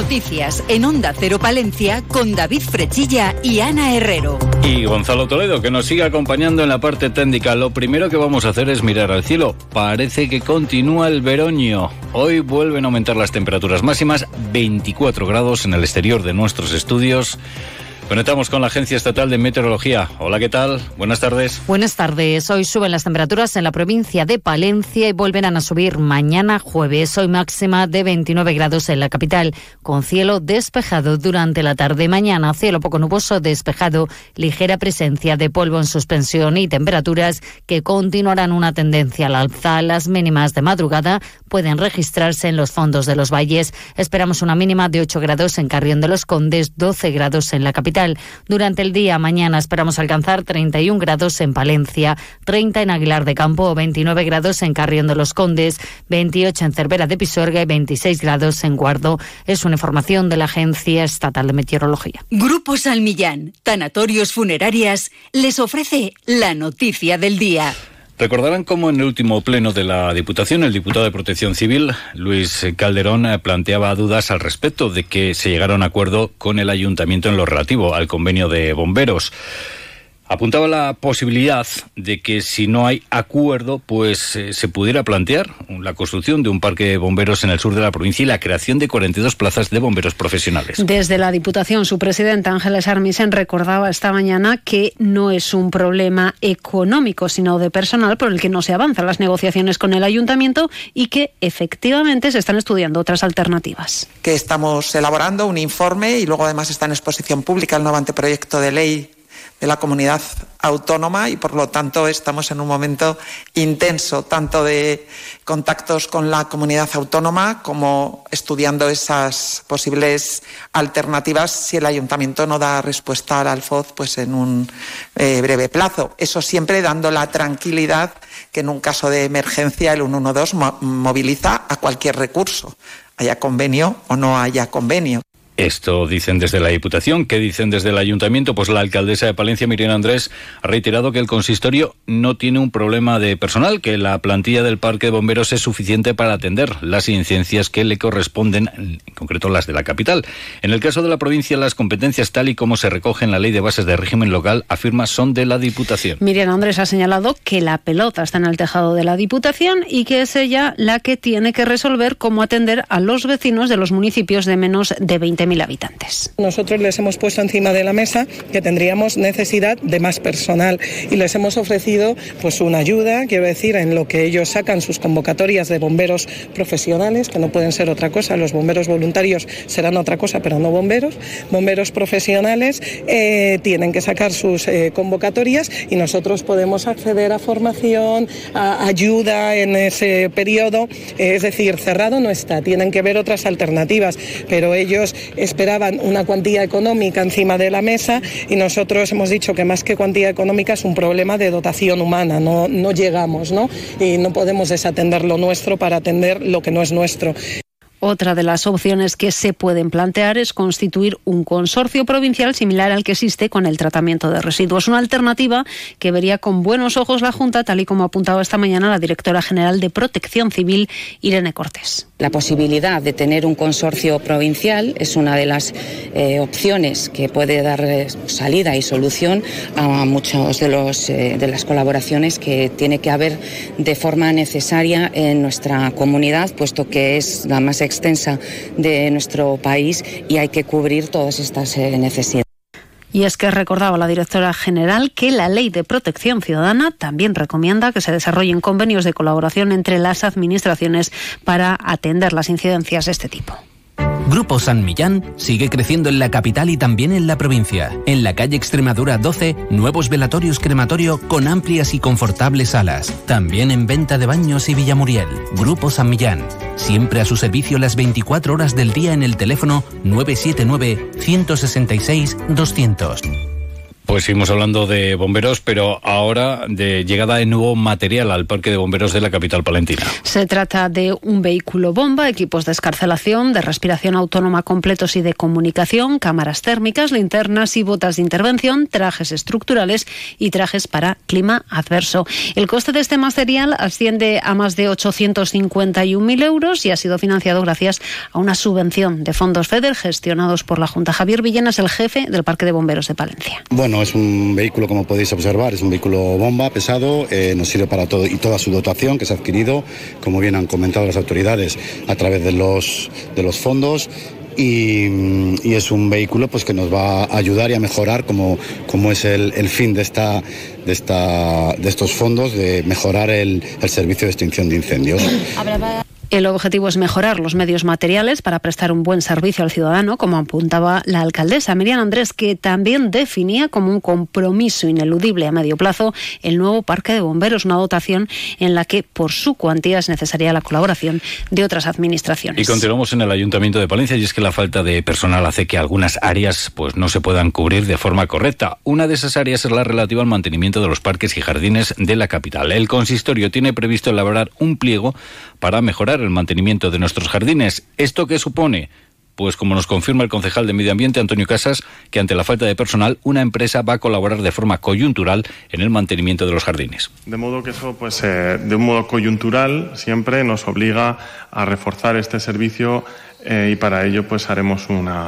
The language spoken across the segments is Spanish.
Noticias en Onda Cero Palencia con David Frechilla y Ana Herrero. Y Gonzalo Toledo, que nos sigue acompañando en la parte técnica. Lo primero que vamos a hacer es mirar al cielo. Parece que continúa el veroño. Hoy vuelven a aumentar las temperaturas máximas, 24 grados en el exterior de nuestros estudios. Conectamos con la Agencia Estatal de Meteorología. Hola, ¿qué tal? Buenas tardes. Buenas tardes. Hoy suben las temperaturas en la provincia de Palencia y volverán a subir mañana jueves. Hoy máxima de 29 grados en la capital, con cielo despejado durante la tarde. Mañana cielo poco nuboso, despejado, ligera presencia de polvo en suspensión y temperaturas que continuarán una tendencia al alza. Las mínimas de madrugada pueden registrarse en los fondos de los valles. Esperamos una mínima de 8 grados en Carrión de los Condes, 12 grados en la capital. Durante el día mañana esperamos alcanzar 31 grados en Palencia, 30 en Aguilar de Campo, 29 grados en Carrión de los Condes, 28 en Cervera de Pisuerga y 26 grados en Guardo. Es una información de la Agencia Estatal de Meteorología. Grupo Salmillán, Tanatorios Funerarias, les ofrece la noticia del día. Recordarán cómo en el último pleno de la Diputación, el diputado de Protección Civil, Luis Calderón, planteaba dudas al respecto de que se llegara a un acuerdo con el Ayuntamiento en lo relativo al convenio de bomberos. Apuntaba la posibilidad de que si no hay acuerdo, pues se pudiera plantear la construcción de un parque de bomberos en el sur de la provincia y la creación de 42 plazas de bomberos profesionales. Desde la Diputación, su presidenta Ángeles Armisen recordaba esta mañana que no es un problema económico, sino de personal por el que no se avanzan las negociaciones con el Ayuntamiento y que efectivamente se están estudiando otras alternativas. Que estamos elaborando un informe y luego además está en exposición pública el nuevo anteproyecto de ley de la comunidad autónoma y por lo tanto estamos en un momento intenso tanto de contactos con la comunidad autónoma como estudiando esas posibles alternativas si el ayuntamiento no da respuesta al Alfoz pues en un breve plazo. Eso siempre dando la tranquilidad que en un caso de emergencia el 112 moviliza a cualquier recurso, haya convenio o no haya convenio. Esto dicen desde la Diputación. ¿Qué dicen desde el Ayuntamiento? Pues la alcaldesa de Palencia, Miriam Andrés, ha reiterado que el consistorio no tiene un problema de personal, que la plantilla del parque de bomberos es suficiente para atender las incidencias que le corresponden, en concreto las de la capital. En el caso de la provincia, las competencias tal y como se recoge en la Ley de Bases de Régimen Local, afirma, son de la Diputación. Miriam Andrés ha señalado que la pelota está en el tejado de la Diputación y que es ella la que tiene que resolver cómo atender a los vecinos de los municipios de menos de 20.000 habitantes. Nosotros les hemos puesto encima de la mesa que tendríamos necesidad de más personal y les hemos ofrecido pues una ayuda, quiero decir, en lo que ellos sacan sus convocatorias de bomberos profesionales, que no pueden ser otra cosa, los bomberos voluntarios serán otra cosa, pero no bomberos. Bomberos profesionales tienen que sacar sus convocatorias y nosotros podemos acceder a formación, a ayuda en ese periodo, es decir, cerrado no está, tienen que ver otras alternativas, pero ellos esperaban una cuantía económica encima de la mesa y nosotros hemos dicho que más que cuantía económica es un problema de dotación humana, no llegamos, ¿no? Y no podemos desatender lo nuestro para atender lo que no es nuestro. Otra de las opciones que se pueden plantear es constituir un consorcio provincial similar al que existe con el tratamiento de residuos. Una alternativa que vería con buenos ojos la Junta, tal y como ha apuntado esta mañana la directora general de Protección Civil, Irene Cortés. La posibilidad de tener un consorcio provincial es una de las opciones que puede dar salida y solución a muchos de las colaboraciones que tiene que haber de forma necesaria en nuestra comunidad, puesto que es la más extensa de nuestro país y hay que cubrir todas estas necesidades. Y es que recordaba la directora general que la Ley de Protección Ciudadana también recomienda que se desarrollen convenios de colaboración entre las administraciones para atender las incidencias de este tipo. Grupo San Millán sigue creciendo en la capital y también en la provincia. En la calle Extremadura 12, nuevos velatorios crematorio con amplias y confortables salas. También en venta de baños y Villamuriel. Grupo San Millán, siempre a su servicio las 24 horas del día en el teléfono 979 166 200. Pues seguimos hablando de bomberos, pero ahora de llegada de nuevo material al parque de bomberos de la capital palentina. Se trata de un vehículo bomba, equipos de excarcelación, de respiración autónoma completos y de comunicación, cámaras térmicas, linternas y botas de intervención, trajes estructurales y trajes para clima adverso. El coste de este material asciende a más de 851.000 euros y ha sido financiado gracias a una subvención de fondos FEDER gestionados por la Junta. Javier Villena es el jefe del Parque de Bomberos de Palencia. Bueno, es un vehículo, como podéis observar, es un vehículo bomba pesado, nos sirve para todo y toda su dotación que se ha adquirido, como bien han comentado las autoridades, a través de los fondos. Y es un vehículo pues que nos va a ayudar y a mejorar como es el fin de estos fondos, de mejorar el servicio de extinción de incendios. El objetivo es mejorar los medios materiales para prestar un buen servicio al ciudadano, como apuntaba la alcaldesa Miriam Andrés, que también definía como un compromiso ineludible a medio plazo el nuevo parque de bomberos, una dotación en la que por su cuantía es necesaria la colaboración de otras administraciones. Y continuamos en el Ayuntamiento de Palencia, y es que la falta de personal hace que algunas áreas pues no se puedan cubrir de forma correcta. Una de esas áreas es la relativa al mantenimiento de los parques y jardines de la capital. El consistorio tiene previsto elaborar un pliego para mejorar el mantenimiento de nuestros jardines. ¿Esto qué supone? Pues como nos confirma el concejal de Medio Ambiente, Antonio Casas, que ante la falta de personal, una empresa va a colaborar de forma coyuntural en el mantenimiento de los jardines. De modo que eso, pues de un modo coyuntural, siempre nos obliga a reforzar este servicio y para ello pues haremos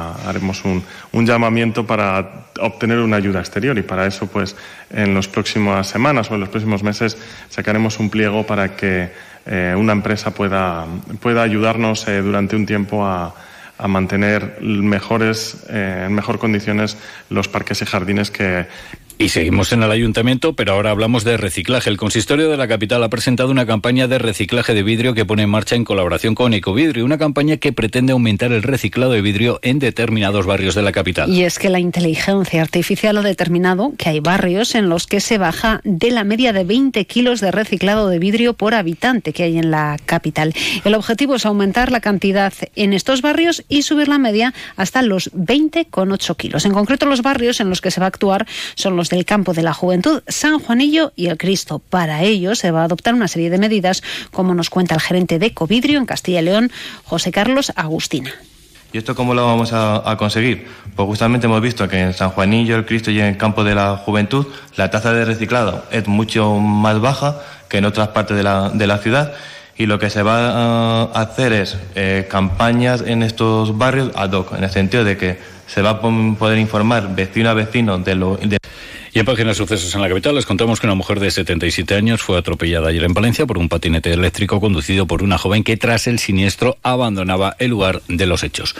un llamamiento para obtener una ayuda exterior, y para eso pues en las próximas semanas o en los próximos meses sacaremos un pliego para que una empresa pueda ayudarnos durante un tiempo a mantener en mejor condiciones los parques y jardines que... Y seguimos en el Ayuntamiento, pero ahora hablamos de reciclaje. El consistorio de la capital ha presentado una campaña de reciclaje de vidrio que pone en marcha en colaboración con Ecovidrio, una campaña que pretende aumentar el reciclado de vidrio en determinados barrios de la capital. Y es que la inteligencia artificial ha determinado que hay barrios en los que se baja de la media de 20 kilos de reciclado de vidrio por habitante que hay en la capital. El objetivo es aumentar la cantidad en estos barrios y subir la media hasta los 20,8 kilos. En concreto, los barrios en los que se va a actuar son los del Campo de la Juventud, San Juanillo y El Cristo. Para ello se va a adoptar una serie de medidas, como nos cuenta el gerente de Ecovidrio en Castilla y León, José Carlos Agustina. ¿Y esto cómo lo vamos a conseguir? Pues justamente hemos visto que en San Juanillo, El Cristo y en el Campo de la Juventud la tasa de reciclado es mucho más baja que en otras partes de la ciudad, y lo que se va a hacer es campañas en estos barrios ad hoc, en el sentido de que se va a poder informar vecino a vecino de... Y en páginas sucesos en la capital les contamos que una mujer de 77 años fue atropellada ayer en Palencia por un patinete eléctrico conducido por una joven que tras el siniestro abandonaba el lugar de los hechos.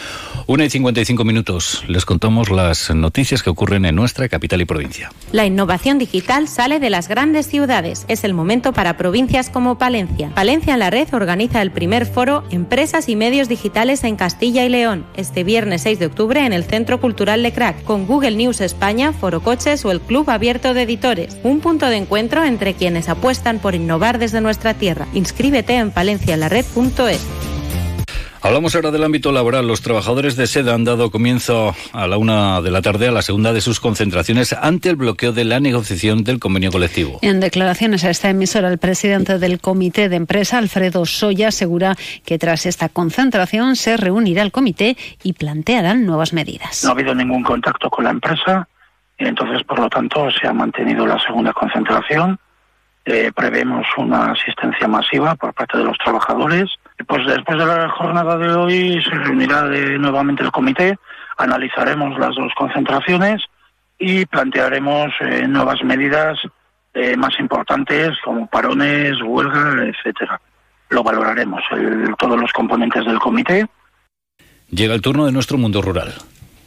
1:55. Les contamos las noticias que ocurren en nuestra capital y provincia. La innovación digital sale de las grandes ciudades. Es el momento para provincias como Palencia. Palencia en la Red organiza el primer foro Empresas y Medios Digitales en Castilla y León, este viernes 6 de octubre en el Centro Cultural Lecrac, con Google News España, Foro Coches o el Club Abierto de Editores. Un punto de encuentro entre quienes apuestan por innovar desde nuestra tierra. Inscríbete en palencialared.es. Hablamos ahora del ámbito laboral. Los trabajadores de SEDA han dado comienzo a la 1 de la tarde a la segunda de sus concentraciones ante el bloqueo de la negociación del convenio colectivo. En declaraciones a esta emisora, el presidente del comité de empresa, Alfredo Soya, asegura que tras esta concentración se reunirá el comité y plantearán nuevas medidas. No ha habido ningún contacto con la empresa y entonces, por lo tanto, se ha mantenido la segunda concentración. Prevemos una asistencia masiva por parte de los trabajadores. Pues después de la jornada de hoy se reunirá nuevamente el comité, analizaremos las dos concentraciones y plantearemos nuevas medidas más importantes como parones, huelga, etcétera. Lo valoraremos todos los componentes del comité. Llega el turno de nuestro mundo rural.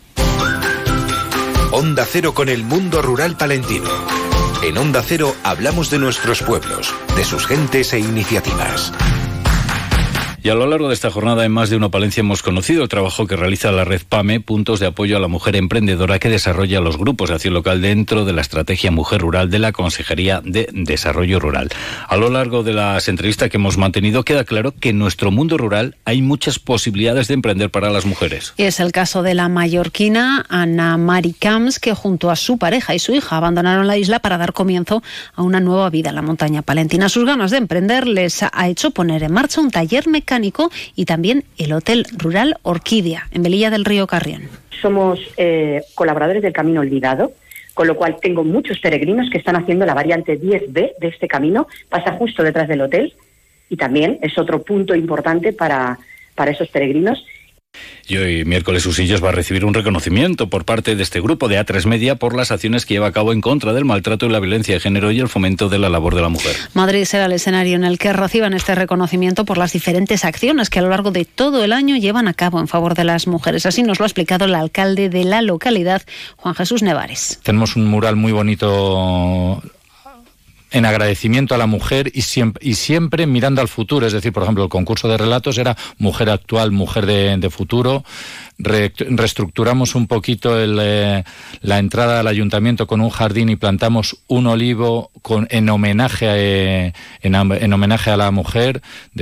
Onda Cero con el mundo rural palentino. En Onda Cero hablamos de nuestros pueblos, de sus gentes e iniciativas. Y a lo largo de esta jornada en Más de Uno Palencia hemos conocido el trabajo que realiza la red PAME, Puntos de Apoyo a la Mujer Emprendedora, que desarrolla los grupos de acción local dentro de la Estrategia Mujer Rural de la Consejería de Desarrollo Rural. A lo largo de las entrevistas que hemos mantenido queda claro que en nuestro mundo rural hay muchas posibilidades de emprender para las mujeres. Y es el caso de la mallorquina Ana Mari Camps, que junto a su pareja y su hija abandonaron la isla para dar comienzo a una nueva vida en la montaña palentina. Sus ganas de emprender les ha hecho poner en marcha un taller mecánico y también el Hotel Rural Orquídea, en Velilla del Río Carrión. Somos colaboradores del Camino Olvidado, con lo cual tengo muchos peregrinos que están haciendo la variante 10B de este camino, pasa justo detrás del hotel y también es otro punto importante para esos peregrinos. Y hoy, miércoles, Usillos va a recibir un reconocimiento por parte de este grupo de A3 Media por las acciones que lleva a cabo en contra del maltrato y la violencia de género y el fomento de la labor de la mujer. Madrid será el escenario en el que reciban este reconocimiento por las diferentes acciones que a lo largo de todo el año llevan a cabo en favor de las mujeres. Así nos lo ha explicado el alcalde de la localidad, Juan Jesús Nevares. Tenemos un mural muy bonito en agradecimiento a la mujer y siempre mirando al futuro. Es decir, por ejemplo, el concurso de relatos era mujer actual, mujer de futuro. Reestructuramos un poquito la entrada al ayuntamiento con un jardín y plantamos un olivo en homenaje a la mujer.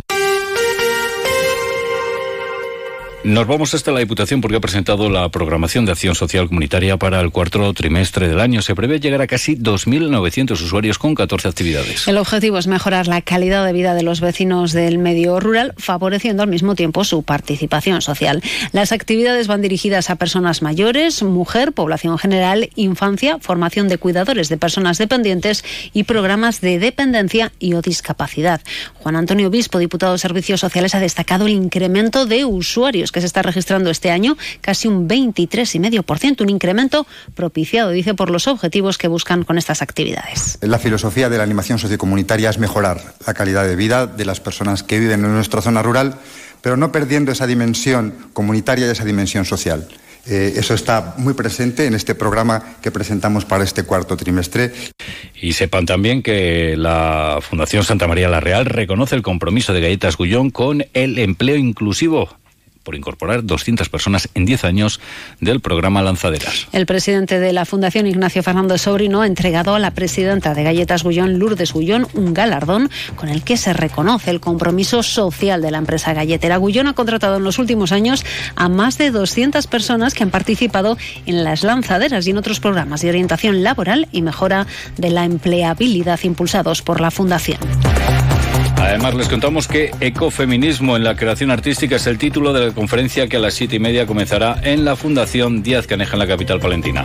Nos vamos hasta la Diputación porque ha presentado la programación de acción social comunitaria para el cuarto trimestre del año. Se prevé llegar a casi 2.900 usuarios con 14 actividades. El objetivo es mejorar la calidad de vida de los vecinos del medio rural, favoreciendo al mismo tiempo su participación social. Las actividades van dirigidas a personas mayores, mujer, población general, infancia, formación de cuidadores de personas dependientes y programas de dependencia y o discapacidad. Juan Antonio Obispo, diputado de Servicios Sociales, ha destacado el incremento de usuarios que se está registrando este año, casi un 23,5%, un incremento propiciado, dice, por los objetivos que buscan con estas actividades. La filosofía de la animación sociocomunitaria es mejorar la calidad de vida de las personas que viven en nuestra zona rural, pero no perdiendo esa dimensión comunitaria y esa dimensión social. Eso está muy presente en este programa que presentamos para este cuarto trimestre. Y sepan también que la Fundación Santa María la Real reconoce el compromiso de Galletas Gullón con el empleo inclusivo, por incorporar 200 personas en 10 años del programa Lanzaderas. El presidente de la Fundación, Ignacio Fernández Sobrino, ha entregado a la presidenta de Galletas Gullón, Lourdes Gullón, un galardón con el que se reconoce el compromiso social de la empresa galletera. Gullón ha contratado en los últimos años a más de 200 personas que han participado en las lanzaderas y en otros programas de orientación laboral y mejora de la empleabilidad impulsados por la Fundación. Además, les contamos que Ecofeminismo en la creación artística es el título de la conferencia que a las 7:30 comenzará en la Fundación Díaz Caneja en la capital palentina.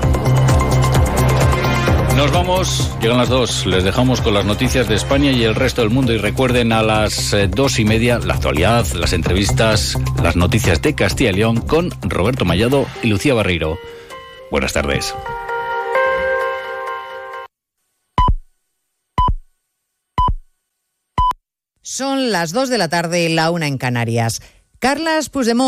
Nos vamos, llegan las 2, les dejamos con las noticias de España y el resto del mundo y recuerden a las 2:30 la actualidad, las entrevistas, las noticias de Castilla y León con Roberto Mallado y Lucía Barreiro. Buenas tardes. Son las 2 de la tarde, la 1 en Canarias. Carles Puigdemont